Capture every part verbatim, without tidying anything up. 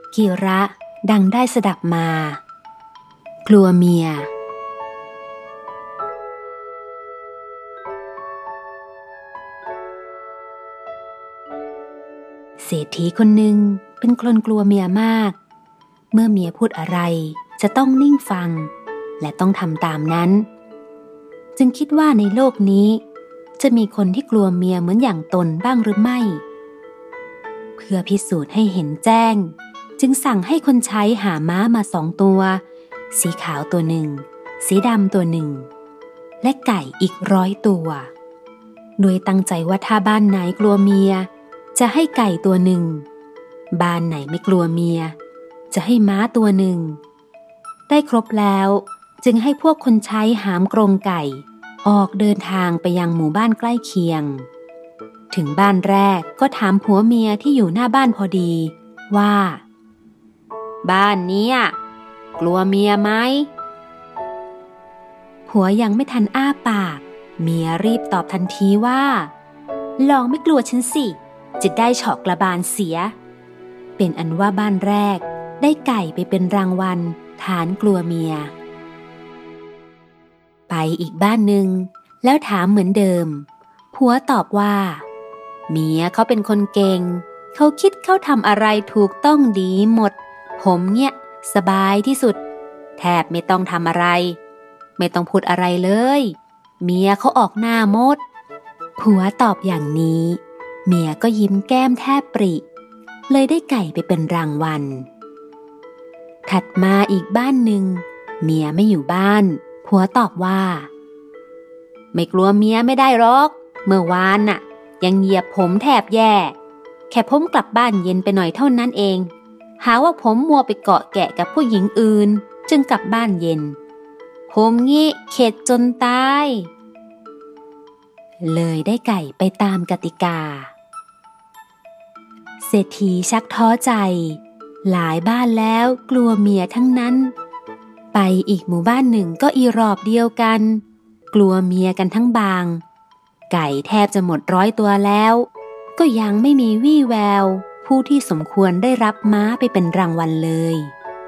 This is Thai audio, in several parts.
กีระดังได้สดับมากลัวเมียเศรษฐีคนหนึ่งเป็นคนกลัวเมียมากเมื่อเมียพูดอะไรจะต้องนิ่งฟังและต้องทำตามนั้นจึงคิดว่าในโลกนี้จะมีคนที่กลัวเมียเหมือนอย่างตนบ้างหรือไม่เพื่อพิสูจน์ให้เห็นแจ้งจึงสั่งให้คนใช้หาม้ามาสองตัวสีขาวตัวหนึ่งสีดำตัวหนึ่งและไก่อีกร้อยตัวโดยตั้งใจว่าถ้าบ้านไหนกลัวเมียจะให้ไก่ตัวหนึ่งบ้านไหนไม่กลัวเมียจะให้ม้าตัวหนึ่งได้ครบแล้วจึงให้พวกคนใช้หามกรงไก่ออกเดินทางไปยังหมู่บ้านใกล้เคียงถึงบ้านแรกก็ถามผัวเมียที่อยู่หน้าบ้านพอดีว่าบ้านนี้กลัวเมียไหมผัวยังไม่ทันอ้าปากเมียรีบตอบทันทีว่าลองไม่กลัวฉันสิจะได้เฉาะกระบาลเสียเป็นอันว่าบ้านแรกได้ไก่ไปเป็นรางวัลฐานกลัวเมียไปอีกบ้านหนึ่งแล้วถามเหมือนเดิมผัวตอบว่าเมียเขาเป็นคนเก่งเขาคิดเขาทำอะไรถูกต้องดีหมดผมเนี่ยสบายที่สุดแทบไม่ต้องทำอะไรไม่ต้องพูดอะไรเลยเมียเขาออกหน้าหมดผัวตอบอย่างนี้เมียก็ยิ้มแก้มแทบปริเลยได้ไก่ไปเป็นรางวัลถัดมาอีกบ้านหนึ่งเมียไม่อยู่บ้านผัวตอบว่าไม่กลัวเมียไม่ได้หรอกเมื่อวานน่ะยังเหยียบผมแทบแย่แค่ผมกลับบ้านเย็นไปหน่อยเท่านั้นเองหาว่าผมมัวไปเกาะแกะกับผู้หญิงอื่นจึงกลับบ้านเย็นผมงี้เข็ดจนตายเลยได้ไก่ไปตามกติกาเศรษฐีชักท้อใจหลายบ้านแล้วกลัวเมียทั้งนั้นไปอีกหมู่บ้านหนึ่งก็อีรอบเดียวกันกลัวเมียกันทั้งบางไก่แทบจะหมดร้อยตัวแล้วก็ยังไม่มีวี่แววผู้ที่สมควรได้รับม้าไปเป็นรางวัลเลย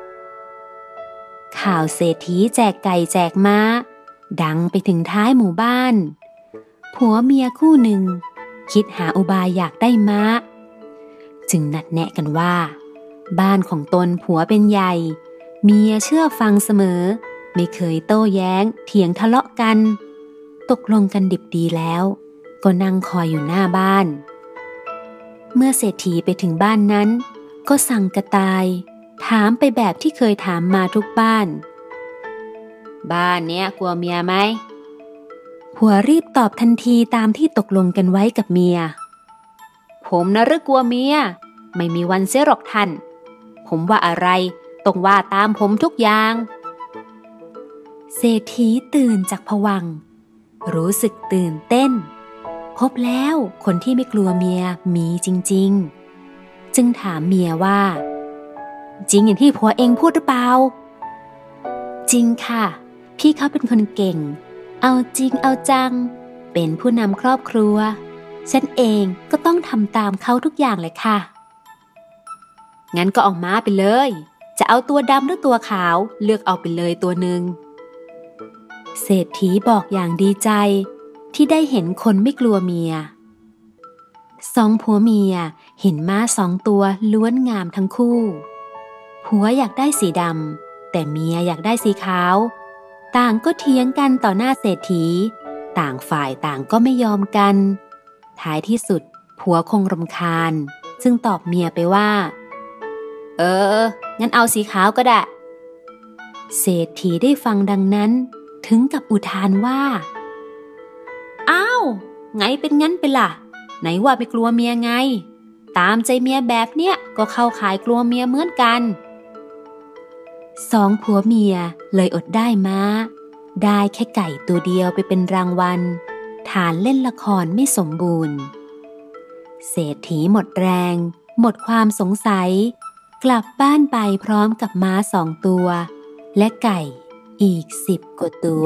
ข่าวเศรษฐีแจกไก่แจกม้าดังไปถึงท้ายหมู่บ้านผัวเมียคู่หนึ่งคิดหาอุบายอยากได้ม้าจึงนัดแนะกันว่าบ้านของตนผัวเป็นใหญ่เมียเชื่อฟังเสมอไม่เคยโต้แย้งเถียงทะเลาะกันตกลงกันดิบดีแล้วก็นั่งคอยอยู่หน้าบ้านเมื่อเศรษฐีไปถึงบ้านนั้นก็สั่งกระต่ายถามไปแบบที่เคยถามมาทุกบ้านบ้านเนี้ยกลัวเมียไหมผัวรีบตอบทันทีตามที่ตกลงกันไว้กับเมียผมนะหรือกลัวเมียไม่มีวันเสียหรอกท่านผมว่าอะไรต้องว่าตามผมทุกอย่างเศรษฐีตื่นจากภวังค์รู้สึกตื่นเต้นพบแล้วคนที่ไม่กลัวเมียมีจริงๆจึงถามเมียว่าจริงอย่างที่ผัวเองพูดหรือเปล่าจริงค่ะพี่เขาเป็นคนเก่งเอาจริงเอาจังเป็นผู้นำครอบครัวฉันเองก็ต้องทำตามเขาทุกอย่างเลยค่ะงั้นก็เอาม้าไปเลยจะเอาตัวดำหรือตัวขาวเลือกเอาไปเลยตัวหนึ่งเศรษฐีบอกอย่างดีใจที่ได้เห็นคนไม่กลัวเมียสองผัวเมียเห็นม้าสองตัวล้วนงามทั้งคู่ผัวอยากได้สีดำแต่เมียอยากได้สีขาวต่างก็เถียงกันต่อหน้าเศรษฐีต่างฝ่ายต่างก็ไม่ยอมกันท้ายที่สุดผัวคงรำคาญจึงตอบเมียไปว่าเอองั้นเอาสีขาวก็ได้เศรษฐีได้ฟังดังนั้นถึงกับอุทานว่าอ้าวไงเป็นงั้นไปล่ะไหนว่าไม่กลัวเมียไงตามใจเมียแบบเนี้ยก็เข้าขายกลัวเมียเหมือนกันสองผัวเมียเลยอดได้ม้าได้แค่ไก่ตัวเดียวไปเป็นรางวัลฐานเล่นละครไม่สมบูรณ์เศรษฐีหมดแรงหมดความสงสัยกลับบ้านไปพร้อมกับม้าสองตัวและไก่อีกสิบกว่าตัว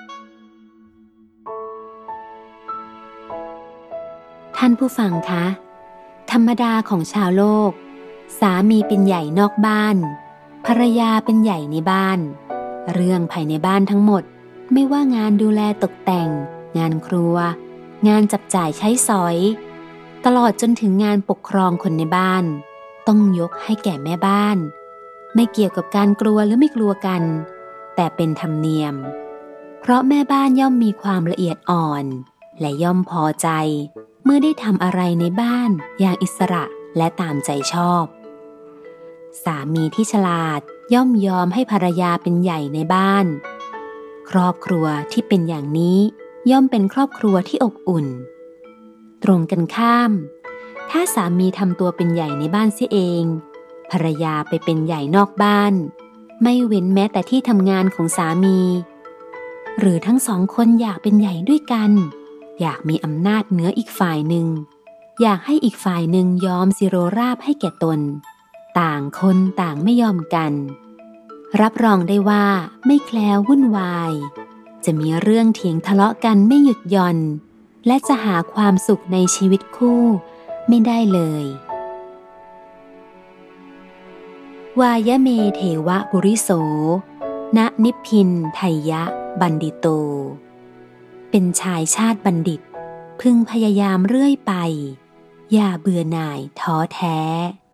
ท่านผู้ฟังคะธรรมดาของชาวโลกสามีเป็นใหญ่นอกบ้านภรรยาเป็นใหญ่ในบ้านเรื่องภายในบ้านทั้งหมดไม่ว่างานดูแลตกแต่งงานครัวงานจับจ่ายใช้สอยตลอดจนถึงงานปกครองคนในบ้านต้องยกให้แก่แม่บ้านไม่เกี่ยวกับการกลัวหรือไม่กลัวกันแต่เป็นธรรมเนียมเพราะแม่บ้านย่อมมีความละเอียดอ่อนและย่อมพอใจเมื่อได้ทำอะไรในบ้านอย่างอิสระและตามใจชอบสามีที่ฉลาดย่อมยอมให้ภรรยาเป็นใหญ่ในบ้านครอบครัวที่เป็นอย่างนี้ย่อมเป็นครอบครัวที่อบอุ่นตรงกันข้ามถ้าสามีทำตัวเป็นใหญ่ในบ้านเสียเองภรรยาไปเป็นใหญ่นอกบ้านไม่เว้นแม้แต่ที่ทำงานของสามีหรือทั้งสองคนอยากเป็นใหญ่ด้วยกันอยากมีอำนาจเหนืออีกฝ่ายหนึ่งอยากให้อีกฝ่ายหนึ่งยอมสิโรราบให้แก่ตนต่างคนต่างไม่ยอมกันรับรองได้ว่าไม่แคล้ววุ่นวายจะมีเรื่องเถียงทะเลาะกันไม่หยุดหย่อนและจะหาความสุขในชีวิตคู่ไม่ได้เลยวายเมเทวะปุริโสณนิพพินไทยะบัณฑิโตเป็นชายชาติบัณฑิตพึงพยายามเรื่อยไปอย่าเบื่อหน่ายท้อแท้